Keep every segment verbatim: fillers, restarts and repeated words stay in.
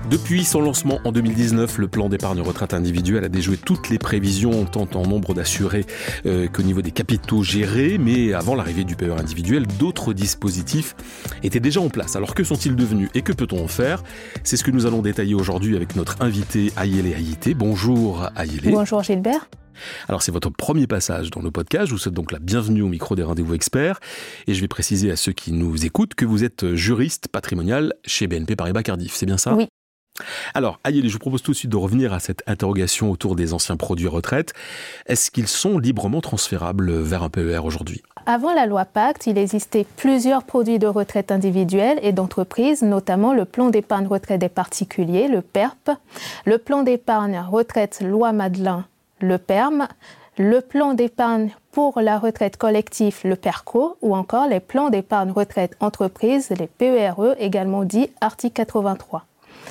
Depuis son lancement en deux mille dix-neuf, le plan d'épargne retraite individuelle a déjoué toutes les prévisions, tant en nombre d'assurés euh, qu'au niveau des capitaux gérés. Mais avant l'arrivée du P E R individuel, d'autres dispositifs étaient déjà en place. Alors que sont-ils devenus et que peut-on en faire ? C'est ce que nous allons détailler aujourd'hui avec notre invité Ayele Ayité. Bonjour Ayele. Bonjour Gilbert. Alors c'est votre premier passage dans nos podcasts, je vous souhaite donc la bienvenue au micro des Rendez-vous Experts et je vais préciser à ceux qui nous écoutent que vous êtes juriste patrimonial chez B N P Paribas Cardif, c'est bien ça ? Oui. Alors Ayele, je vous propose tout de suite de revenir à cette interrogation autour des anciens produits retraite. Est-ce qu'ils sont librement transférables vers un P E R aujourd'hui ? Avant la loi Pacte, il existait plusieurs produits de retraite individuels et d'entreprises, notamment le plan d'épargne retraite des particuliers, le P E R P, le plan d'épargne retraite loi Madelin, le P E R M, le plan d'épargne pour la retraite collective, le PERCO, ou encore les plans d'épargne retraite entreprise, les P E R E, également dit article quatre-vingt-trois.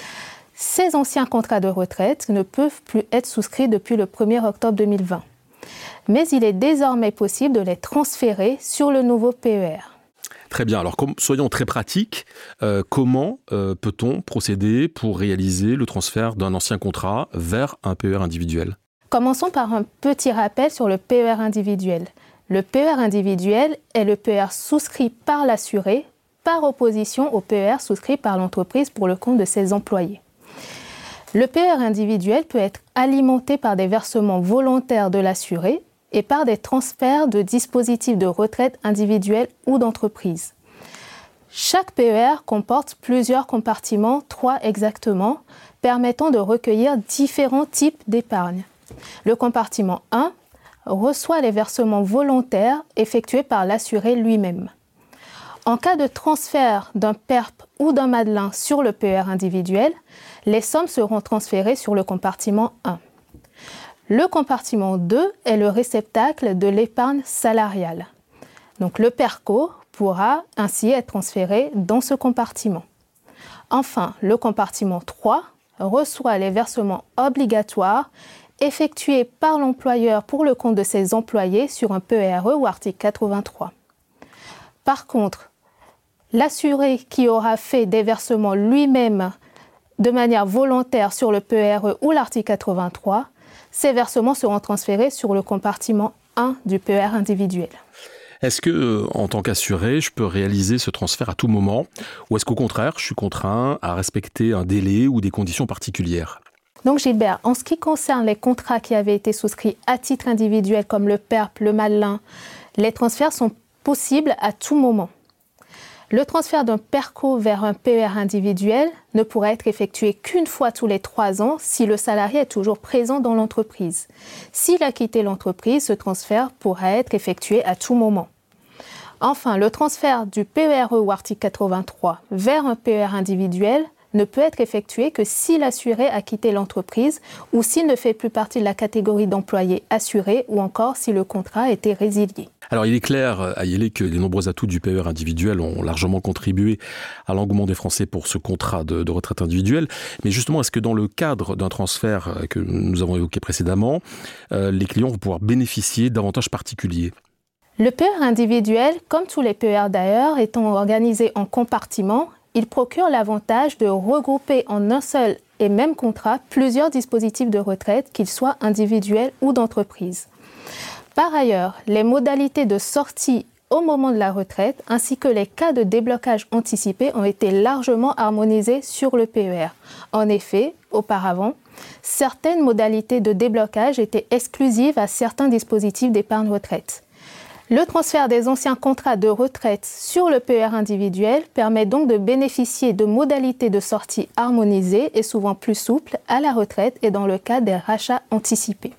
Ces anciens contrats de retraite ne peuvent plus être souscrits depuis le premier octobre deux mille vingt. Mais il est désormais possible de les transférer sur le nouveau P E R. Très bien, alors comme, soyons très pratiques, euh, comment euh, peut-on procéder pour réaliser le transfert d'un ancien contrat vers un P E R individuel ? Commençons par un petit rappel sur le P E R individuel. Le P E R individuel est le P E R souscrit par l'assuré par opposition au P E R souscrit par l'entreprise pour le compte de ses employés. Le P E R individuel peut être alimenté par des versements volontaires de l'assuré et par des transferts de dispositifs de retraite individuels ou d'entreprise. Chaque P E R comporte plusieurs compartiments, trois exactement, permettant de recueillir différents types d'épargne. Le compartiment un reçoit les versements volontaires effectués par l'assuré lui-même. En cas de transfert d'un P E R P ou d'un Madelin sur le P E R individuel, les sommes seront transférées sur le compartiment un. Le compartiment deux est le réceptacle de l'épargne salariale. Donc le PERCO pourra ainsi être transféré dans ce compartiment. Enfin, le compartiment trois reçoit les versements obligatoires effectués par l'employeur pour le compte de ses employés sur un P E R E ou article quatre-vingt-trois. Par contre, l'assuré qui aura fait des versements lui-même de manière volontaire sur le P E R E ou l'article quatre-vingt-trois, ces versements seront transférés sur le compartiment un du P E R individuel. Est-ce que, en tant qu'assuré, je peux réaliser ce transfert à tout moment ou est-ce qu'au contraire, je suis contraint à respecter un délai ou des conditions particulières ? Donc Gilbert, en ce qui concerne les contrats qui avaient été souscrits à titre individuel comme le P E R P, le Madelin, les transferts sont possibles à tout moment. Le transfert d'un PERCO vers un P E R individuel ne pourra être effectué qu'une fois tous les trois ans si le salarié est toujours présent dans l'entreprise. S'il a quitté l'entreprise, ce transfert pourra être effectué à tout moment. Enfin, le transfert du P E R E ou article quatre-vingt-trois vers un P E R individuel ne peut être effectué que si l'assuré a quitté l'entreprise ou s'il ne fait plus partie de la catégorie d'employés assurés ou encore si le contrat a été résilié. Alors il est clair, Ayele, que les nombreux atouts du P E R individuel ont largement contribué à l'engouement des Français pour ce contrat de, de retraite individuelle. Mais justement, est-ce que dans le cadre d'un transfert que nous avons évoqué précédemment, euh, les clients vont pouvoir bénéficier d'avantages particuliers ? Le P E R individuel, comme tous les P E R d'ailleurs, étant organisé en compartiments, il procure l'avantage de regrouper en un seul et même contrat plusieurs dispositifs de retraite, qu'ils soient individuels ou d'entreprise. Par ailleurs, les modalités de sortie au moment de la retraite ainsi que les cas de déblocage anticipé ont été largement harmonisés sur le P E R. En effet, auparavant, certaines modalités de déblocage étaient exclusives à certains dispositifs d'épargne retraite. Le transfert des anciens contrats de retraite sur le P E R individuel permet donc de bénéficier de modalités de sortie harmonisées et souvent plus souples à la retraite et dans le cas des rachats anticipés.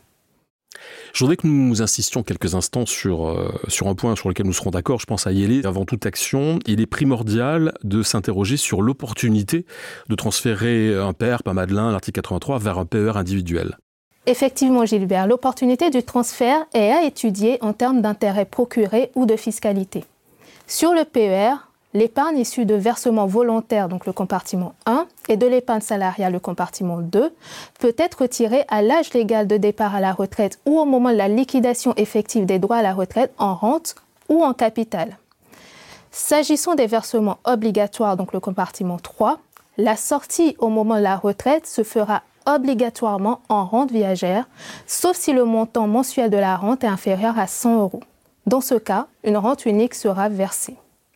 Je voudrais que nous insistions quelques instants sur, euh, sur un point sur lequel nous serons d'accord. Je pense à Ayele. Avant toute action, il est primordial de s'interroger sur l'opportunité de transférer un P E R P, un Madelin, l'article quatre-vingt-trois, vers un P E R individuel. Effectivement, Gilbert, l'opportunité du transfert est à étudier en termes d'intérêt procuré ou de fiscalité. Sur le P E R, l'épargne issue de versements volontaires, donc le compartiment un, et de l'épargne salariale, le compartiment deux, peut être retirée à l'âge légal de départ à la retraite ou au moment de la liquidation effective des droits à la retraite en rente ou en capital. S'agissant des versements obligatoires, donc le compartiment trois, la sortie au moment de la retraite se fera obligatoirement en rente viagère, sauf si le montant mensuel de la rente est inférieur à cent euros. Dans ce cas, une rente unique sera versée.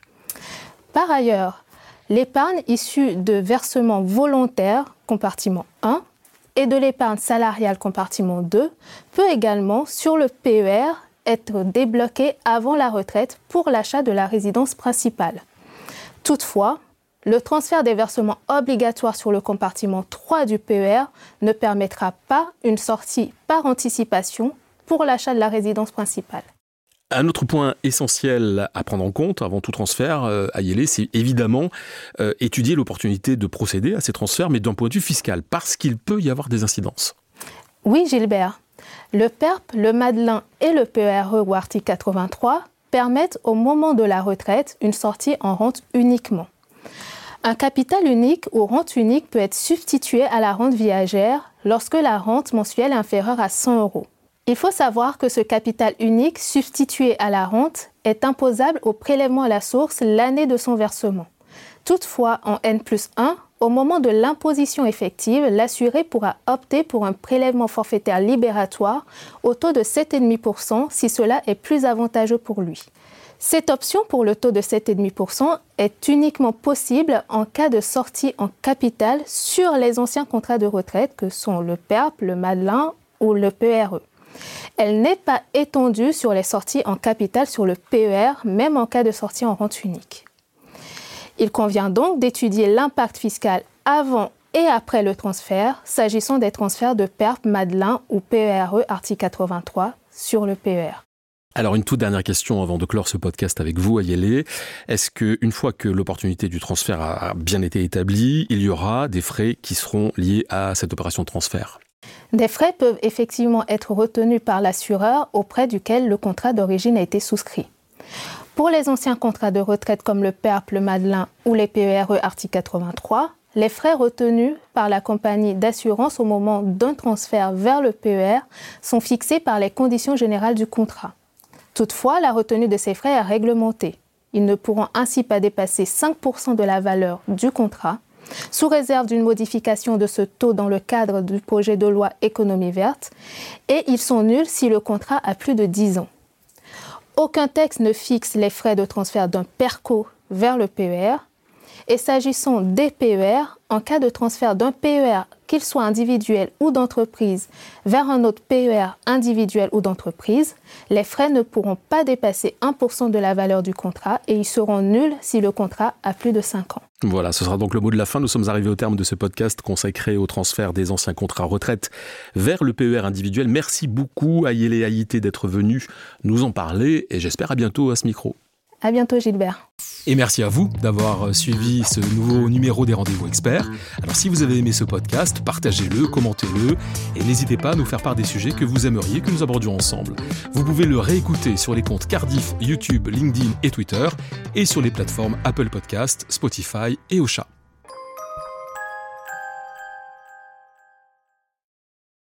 Par ailleurs, l'épargne issue de versements volontaires, compartiment un, et de l'épargne salariale, compartiment deux, peut également, sur le P E R, être débloquée avant la retraite pour l'achat de la résidence principale. Toutefois, le transfert des versements obligatoires sur le compartiment trois du P E R ne permettra pas une sortie par anticipation pour l'achat de la résidence principale. Un autre point essentiel à prendre en compte avant tout transfert, euh, Ayele, c'est évidemment euh, étudier l'opportunité de procéder à ces transferts, mais d'un point de vue fiscal, parce qu'il peut y avoir des incidences. Oui, Gilbert. Le P E R P, le Madelin et le P E R E ou article quatre-vingt-trois permettent au moment de la retraite une sortie en rente uniquement. Un capital unique ou rente unique peut être substitué à la rente viagère lorsque la rente mensuelle est inférieure à cent euros. Il faut savoir que ce capital unique substitué à la rente est imposable au prélèvement à la source l'année de son versement. Toutefois, en N plus un, au moment de l'imposition effective, l'assuré pourra opter pour un prélèvement forfaitaire libératoire au taux de sept virgule cinq pour cent si cela est plus avantageux pour lui. Cette option pour le taux de sept virgule cinq pour cent est uniquement possible en cas de sortie en capital sur les anciens contrats de retraite que sont le P E R P, le Madelin ou le P E R E. Elle n'est pas étendue sur les sorties en capital sur le P E R, même en cas de sortie en rente unique. Il convient donc d'étudier l'impact fiscal avant et après le transfert, s'agissant des transferts de P E R P, Madelin ou P E R E article quatre-vingt-trois sur le P E R. Alors une toute dernière question avant de clore ce podcast avec vous, Ayele. Est-ce qu'une fois que l'opportunité du transfert a bien été établie, il y aura des frais qui seront liés à cette opération de transfert ? Des frais peuvent effectivement être retenus par l'assureur auprès duquel le contrat d'origine a été souscrit. Pour les anciens contrats de retraite comme le P E R P, le Madelin ou les P E R E article quatre-vingt-trois, les frais retenus par la compagnie d'assurance au moment d'un transfert vers le P E R sont fixés par les conditions générales du contrat. Toutefois, la retenue de ces frais est réglementée. Ils ne pourront ainsi pas dépasser cinq pour cent de la valeur du contrat, sous réserve d'une modification de ce taux dans le cadre du projet de loi Économie verte, et ils sont nuls si le contrat a plus de dix ans. Aucun texte ne fixe les frais de transfert d'un PERCO vers le P E R, et s'agissant des P E R, en cas de transfert d'un P E R, qu'il soit individuel ou d'entreprise, vers un autre P E R individuel ou d'entreprise, les frais ne pourront pas dépasser un pour cent de la valeur du contrat et ils seront nuls si le contrat a plus de cinq ans. Voilà, ce sera donc le mot de la fin. Nous sommes arrivés au terme de ce podcast consacré au transfert des anciens contrats retraite vers le P E R individuel. Merci beaucoup Ayele Ayité d'être venu nous en parler et j'espère à bientôt à ce micro. À bientôt Gilbert. Et merci à vous d'avoir suivi ce nouveau numéro des Rendez-vous Experts. Alors si vous avez aimé ce podcast, partagez-le, commentez-le et n'hésitez pas à nous faire part des sujets que vous aimeriez que nous abordions ensemble. Vous pouvez le réécouter sur les comptes Cardiff, YouTube, LinkedIn et Twitter et sur les plateformes Apple Podcasts, Spotify et Ocha.